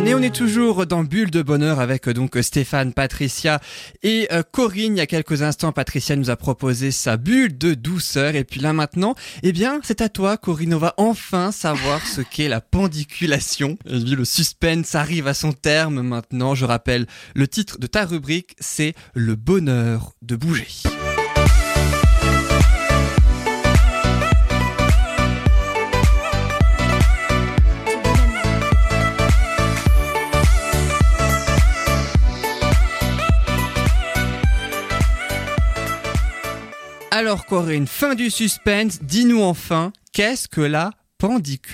Stéphane et on est toujours dans Bulle de Bonheur avec donc Stéphane, Patricia et Corinne. Il y a quelques instants, Patricia nous a proposé sa bulle de douceur et puis là maintenant, eh bien c'est à toi Corinne, on va enfin savoir ce qu'est la pendiculation. Le suspense arrive à son terme maintenant. Je rappelle le titre de ta rubrique, c'est le bonheur de bouger. Alors Corinne, fin du suspense, dis-nous enfin, qu'est-ce que la pendiculation ?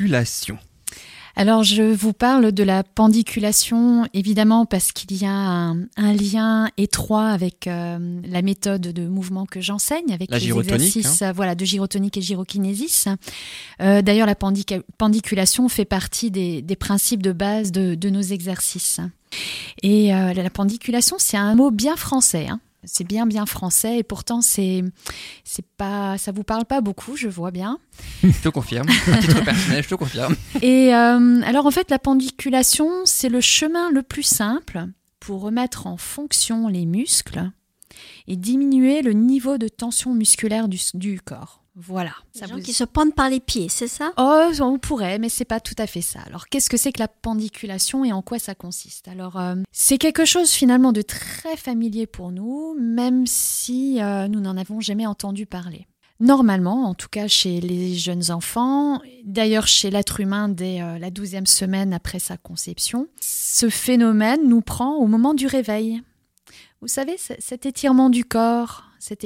Alors je vous parle de la pendiculation évidemment parce qu'il y a un lien étroit avec la méthode de mouvement que j'enseigne, avec les exercices de gyrotonique et gyrokinésis. D'ailleurs la pendiculation fait partie des principes de base de nos exercices. Et la pendiculation, c'est un mot bien français, hein. C'est bien français et pourtant c'est pas, ça vous parle pas beaucoup, je vois bien. Je te confirme, à titre personnel, je te confirme. Et alors en fait la pendiculation, c'est le chemin le plus simple pour remettre en fonction les muscles et diminuer le niveau de tension musculaire du corps. Voilà. Les gens qui se pendent par les pieds, c'est ça ? Oh, on pourrait, mais c'est pas tout à fait ça. Alors, qu'est-ce que c'est que la pendiculation et en quoi ça consiste ? Alors, c'est quelque chose finalement de très familier pour nous, même si nous n'en avons jamais entendu parler. Normalement, en tout cas chez les jeunes enfants, d'ailleurs chez l'être humain dès la 12e semaine après sa conception, ce phénomène nous prend au moment du réveil. Vous savez, cet étirement du corps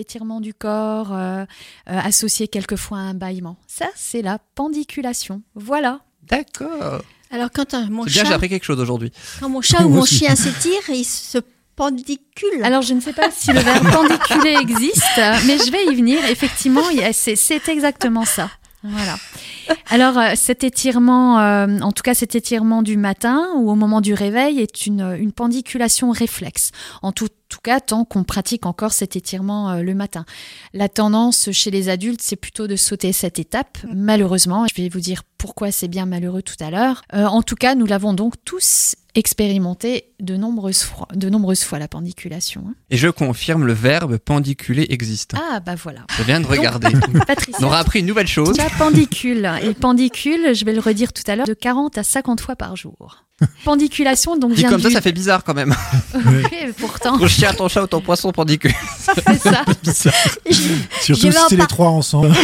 associé quelquefois à un bâillement. Ça, c'est la pendiculation. Voilà. D'accord. Alors, quand mon c'est bien, j'ai appris quelque chose aujourd'hui. Quand mon chat ou mon chien s'étire, il se pendicule. Alors, je ne sais pas si le verbe pendiculer existe, mais je vais y venir. Effectivement, c'est exactement ça. Voilà. Alors, cet étirement, en tout cas cet étirement du matin ou au moment du réveil est une pendiculation réflexe. En tout cas, tant qu'on pratique encore cet étirement le matin. La tendance chez les adultes, c'est plutôt de sauter cette étape. Malheureusement, je vais vous dire pourquoi c'est bien malheureux tout à l'heure. En tout cas, nous l'avons donc tous expérimenté de nombreuses fois la pendiculation. Et je confirme, le verbe pendiculer existe. Ah, bah voilà. Je viens de regarder. Donc, Patricia, on aura appris une nouvelle chose. La pendicule. Et pendicule, je vais le redire tout à l'heure, de 40 à 50 fois par jour. Pendiculation, donc dit comme ça fait bizarre quand même. Oui, pourtant. Ton chien, ton chat ou ton poisson pendicule. C'est ça. Surtout si c'est les trois ensemble.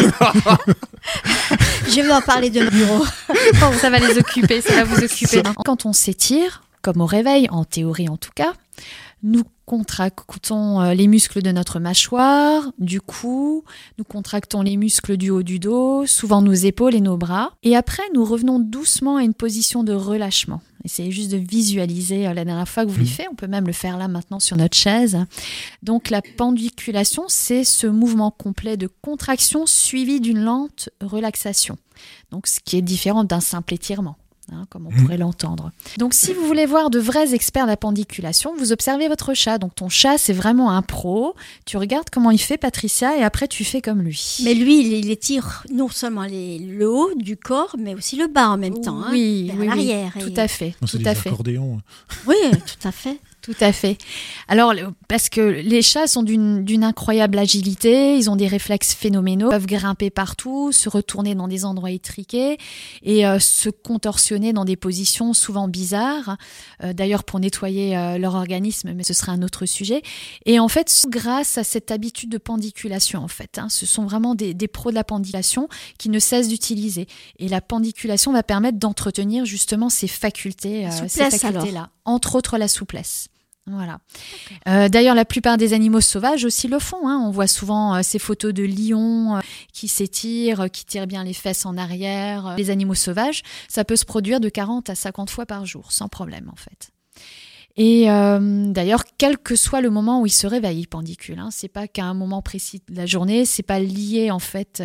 Je vais en parler de mon bureau. Bon, ça va les occuper, ça va vous occuper. Quand on s'étire, comme au réveil, en théorie en tout cas, nous contractons les muscles de notre mâchoire, du cou, nous contractons les muscles du haut du dos, souvent nos épaules et nos bras. Et après, nous revenons doucement à une position de relâchement. Essayez juste de visualiser la dernière fois que vous l'avez fait. On peut même le faire là maintenant sur notre chaise. Donc la pendiculation, c'est ce mouvement complet de contraction suivi d'une lente relaxation. Donc ce qui est différent d'un simple étirement. Comme on pourrait l'entendre. Donc, si vous voulez voir de vrais experts de la pendiculation, vous observez votre chat. Donc, ton chat, c'est vraiment un pro. Tu regardes comment il fait, Patricia, et après, tu fais comme lui. Mais lui, il étire non seulement le haut du corps, mais aussi le bas en même temps. Oui, vers l'arrière. Tout à fait. C'est des accordéons. Oui, tout à fait. Tout à fait. Alors, parce que les chats sont d'une incroyable agilité, ils ont des réflexes phénoménaux, peuvent grimper partout, se retourner dans des endroits étriqués et se contorsionner dans des positions souvent bizarres, d'ailleurs pour nettoyer leur organisme, mais ce sera un autre sujet. Et en fait, grâce à cette habitude de pendiculation, en fait, ce sont vraiment des pros de la pendiculation qui ne cessent d'utiliser. Et la pendiculation va permettre d'entretenir justement ces facultés-là, entre autres la souplesse. Voilà. D'ailleurs, la plupart des animaux sauvages aussi le font. On voit souvent ces photos de lions qui s'étirent, qui tirent bien les fesses en arrière. Les animaux sauvages, ça peut se produire de 40 à 50 fois par jour, sans problème en fait. Et d'ailleurs, quel que soit le moment où ils se réveillent, ils pendiculent. C'est pas qu'à un moment précis de la journée, c'est pas lié en fait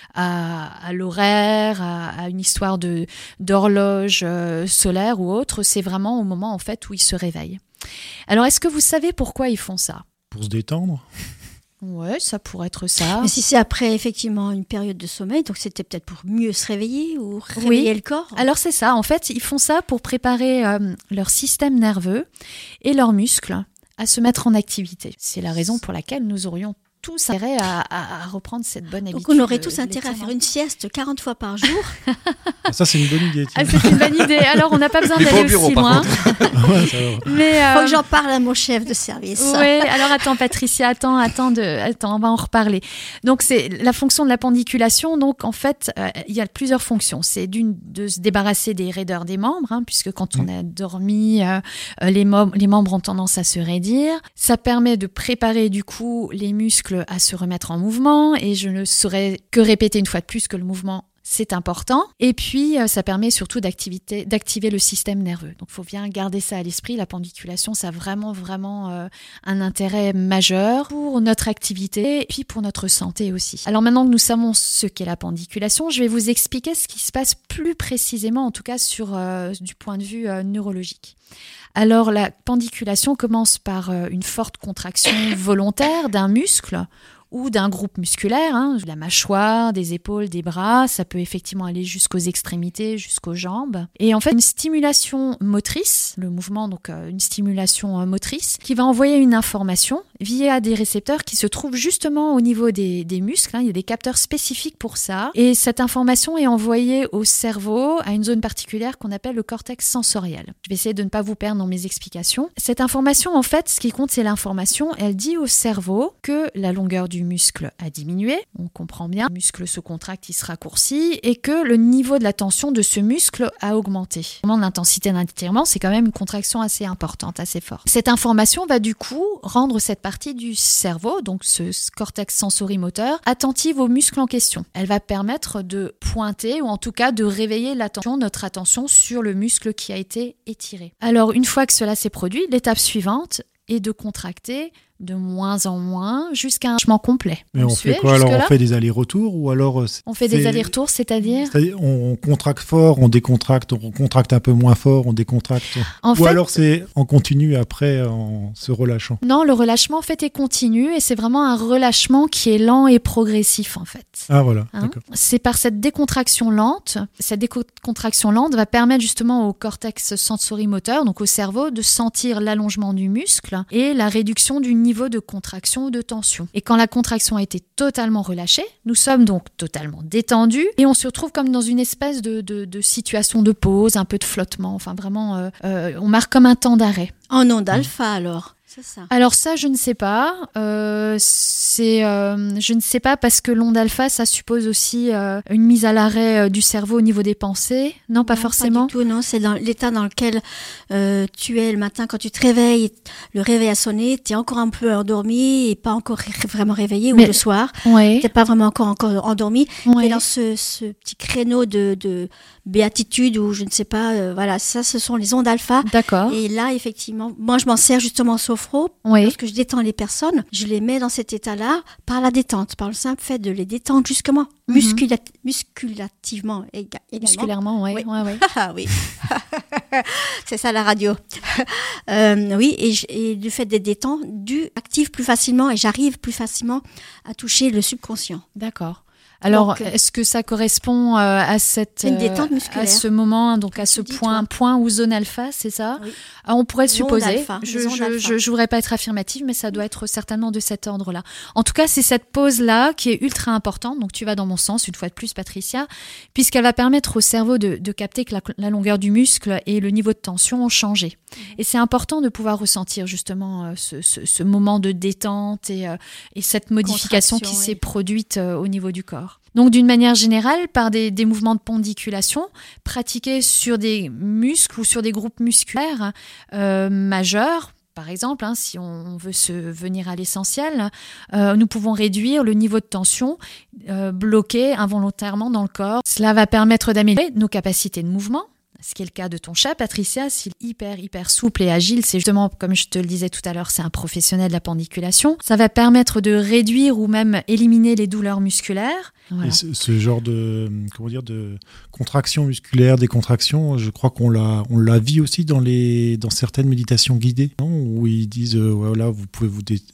à l'horaire, à une histoire d'horloge solaire ou autre. C'est vraiment au moment en fait où ils se réveillent. Alors, est-ce que vous savez pourquoi ils font ça ? Pour se détendre ? Ouais, ça pourrait être ça. Mais si c'est après effectivement une période de sommeil, donc c'était peut-être pour mieux se réveiller ou réveiller le corps. Alors c'est ça, en fait, ils font ça pour préparer leur système nerveux et leurs muscles à se mettre en activité. C'est la raison pour laquelle nous aurions tous intérêt à reprendre cette bonne habitude. Donc on aurait tous intérêt à faire une sieste 40 fois par jour. Ça, c'est une bonne idée. Ah, c'est une bonne idée. Alors, on n'a pas besoin Mais pas d'aller au bureau, aussi par loin. contre. Mais Faut que j'en parle à mon chef de service. Oui, alors attends Patricia, attends, on va en reparler. Donc c'est la fonction de la pendiculation. Donc en fait, il y a plusieurs fonctions. C'est de se débarrasser des raideurs des membres, puisque quand on a dormi, les membres ont tendance à se raidir. Ça permet de préparer du coup les muscles à se remettre en mouvement. Et je ne saurais que répéter une fois de plus que le mouvement, c'est important. Et puis, ça permet surtout d'activer le système nerveux. Donc, il faut bien garder ça à l'esprit. La pendiculation, ça a vraiment un intérêt majeur pour notre activité et puis pour notre santé aussi. Alors maintenant que nous savons ce qu'est la pendiculation, je vais vous expliquer ce qui se passe plus précisément, en tout cas du point de vue neurologique. Alors, la pendiculation commence par une forte contraction volontaire d'un muscle ou d'un groupe musculaire, de la mâchoire, des épaules, des bras. Ça peut effectivement aller jusqu'aux extrémités, jusqu'aux jambes. Et en fait, une stimulation motrice, le mouvement, donc une stimulation motrice, qui va envoyer une information via des récepteurs qui se trouvent justement au niveau des muscles. Il y a des capteurs spécifiques pour ça. Et cette information est envoyée au cerveau, à une zone particulière qu'on appelle le cortex sensoriel. Je vais essayer de ne pas vous perdre dans mes explications. Cette information, en fait, ce qui compte, c'est l'information. Elle dit au cerveau que la longueur du muscle a diminué, on comprend bien, le muscle se contracte, il se raccourcit, et que le niveau de la tension de ce muscle a augmenté. L'intensité d'un étirement, c'est quand même une contraction assez importante, assez forte. Cette information va du coup rendre cette partie du cerveau, donc ce cortex sensorimoteur, attentive aux muscles en question. Elle va permettre de pointer, ou en tout cas de réveiller notre attention sur le muscle qui a été étiré. Alors une fois que cela s'est produit, l'étape suivante est de contracter de moins en moins jusqu'à un changement complet. Mais on fait quoi alors? On fait des allers-retours ou alors on fait des allers-retours, c'est-à-dire on contracte fort, on décontracte, on contracte un peu moins fort, on décontracte. Alors c'est en continu après en se relâchant? Non, le relâchement en fait est continu et c'est vraiment un relâchement qui est lent et progressif en fait. Ah voilà, d'accord. C'est par cette décontraction lente va permettre justement au cortex sensorimoteur, donc au cerveau, de sentir l'allongement du muscle et la réduction du niveau de contraction ou de tension. Et quand la contraction a été totalement relâchée, nous sommes donc totalement détendus et on se retrouve comme dans une espèce de situation de pause, un peu de flottement, enfin vraiment, on marque comme un temps d'arrêt. En onde alpha alors? C'est ça. Alors ça, je ne sais pas. Je ne sais pas parce que l'onde alpha, ça suppose aussi une mise à l'arrêt du cerveau au niveau des pensées. Non, pas forcément. Pas du tout, non. C'est dans l'état dans lequel tu es le matin quand tu te réveilles. Le réveil a sonné, tu es encore un peu endormi et pas encore vraiment réveillé, ou le soir. Oui. Tu n'es pas vraiment encore endormi. Oui. Et dans ce petit créneau de béatitude ou je ne sais pas, voilà, ça, ce sont les ondes alpha. D'accord. Et là, effectivement, moi, je m'en sers justement en sophro. Oui. Lorsque je détends les personnes, je les mets dans cet état-là par la détente, par le simple fait de les détendre justement, musculativement également. Musculairement, oui. Oui. Ouais. Ah oui, c'est ça la radio. Oui, et du fait d'être détendu, active plus facilement et j'arrive plus facilement à toucher le subconscient. D'accord. Alors, donc, est-ce que ça correspond à une détente musculaire. à ce moment, donc à ce point ou zone alpha, c'est ça? Oui. On pourrait le supposer. Alpha, Je voudrais pas être affirmative, mais ça doit être certainement de cet ordre-là. En tout cas, c'est cette pause-là qui est ultra importante. Donc, tu vas dans mon sens, une fois de plus, Patricia, puisqu'elle va permettre au cerveau de capter que la longueur du muscle et le niveau de tension ont changé. Et c'est important de pouvoir ressentir justement ce moment de détente et cette modification qui s'est produite au niveau du corps. Donc, d'une manière générale, par des mouvements de pendiculation pratiqués sur des muscles ou sur des groupes musculaires majeurs, par exemple, si on veut venir à l'essentiel, nous pouvons réduire le niveau de tension bloqué involontairement dans le corps. Cela va permettre d'améliorer nos capacités de mouvement, ce qui est le cas de ton chat, Patricia, s'il est hyper souple et agile, c'est justement, comme je te le disais tout à l'heure, c'est un professionnel de la pendiculation. Ça va permettre de réduire ou même éliminer les douleurs musculaires. Voilà. Et ce genre de contraction musculaire, des contractions, je crois qu'on la vit aussi dans certaines méditations guidées, non, où ils disent voilà, vous pouvez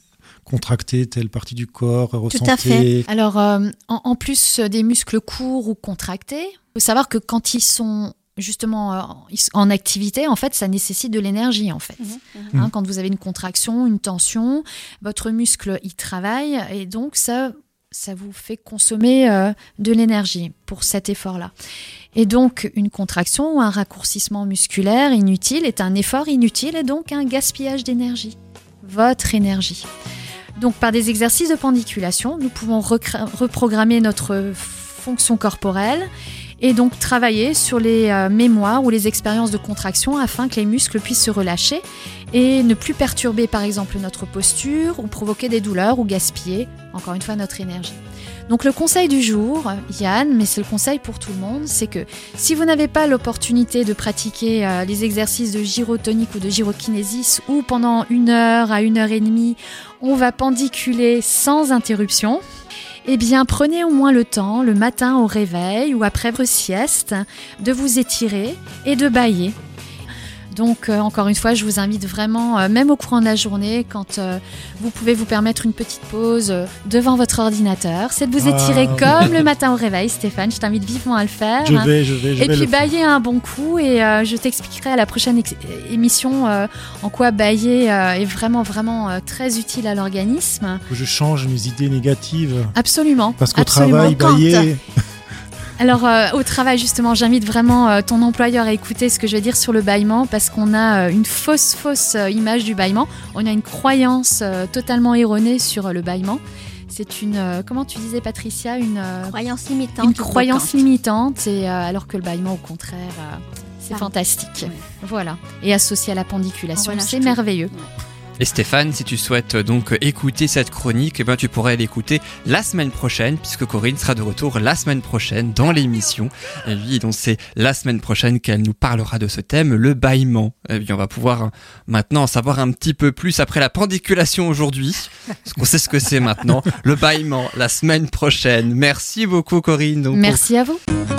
contracter telle partie du corps, ressentir. Tout à fait. Alors, en plus des muscles courts ou contractés, il faut savoir que quand ils sont justement en activité, en fait, ça nécessite de l'énergie, en fait. Quand vous avez une contraction, une tension, votre muscle, il travaille et donc ça vous fait consommer de l'énergie pour cet effort-là. Et donc, une contraction ou un raccourcissement musculaire inutile est un effort inutile et donc un gaspillage d'énergie, votre énergie. Donc, par des exercices de pendiculation, nous pouvons reprogrammer notre fonction corporelle et donc travailler sur les mémoires ou les expériences de contraction afin que les muscles puissent se relâcher et ne plus perturber par exemple notre posture ou provoquer des douleurs ou gaspiller encore une fois notre énergie. Donc le conseil du jour, Yann, mais c'est le conseil pour tout le monde, c'est que si vous n'avez pas l'opportunité de pratiquer les exercices de gyrotonique ou de gyrokinésis où pendant 1 heure à 1 heure et demie, on va pendiculer sans interruption, eh bien, prenez au moins le temps, le matin au réveil ou après votre sieste, de vous étirer et de bâiller. Donc, encore une fois, je vous invite vraiment, même au courant de la journée, quand vous pouvez vous permettre une petite pause devant votre ordinateur, c'est de vous étirer comme le matin au réveil, Stéphane. Je t'invite vivement à le faire. Je vais et puis, bâiller un bon coup. Et je t'expliquerai à la prochaine émission en quoi bâiller est vraiment, vraiment très utile à l'organisme. Je change mes idées négatives. Absolument. Parce qu'au travail, bâiller... Alors, au travail, justement, j'invite vraiment ton employeur à écouter ce que je vais dire sur le bâillement parce qu'on a une fausse image du bâillement. On a une croyance totalement erronée sur le bâillement. C'est une, comment tu disais, Patricia, une croyance limitante. Une croyance limitante, et, alors que le bâillement, au contraire, c'est fantastique. Ouais. Voilà. Et associé à la pendiculation, c'est merveilleux. Ouais. Et Stéphane, si tu souhaites donc écouter cette chronique, eh bien tu pourrais l'écouter la semaine prochaine, puisque Corinne sera de retour la semaine prochaine dans l'émission. Et oui, donc c'est la semaine prochaine qu'elle nous parlera de ce thème, le bâillement. Et bien on va pouvoir maintenant en savoir un petit peu plus après la pendiculation aujourd'hui, parce qu'on sait ce que c'est maintenant, le bâillement la semaine prochaine. Merci beaucoup Corinne. Donc, merci à vous.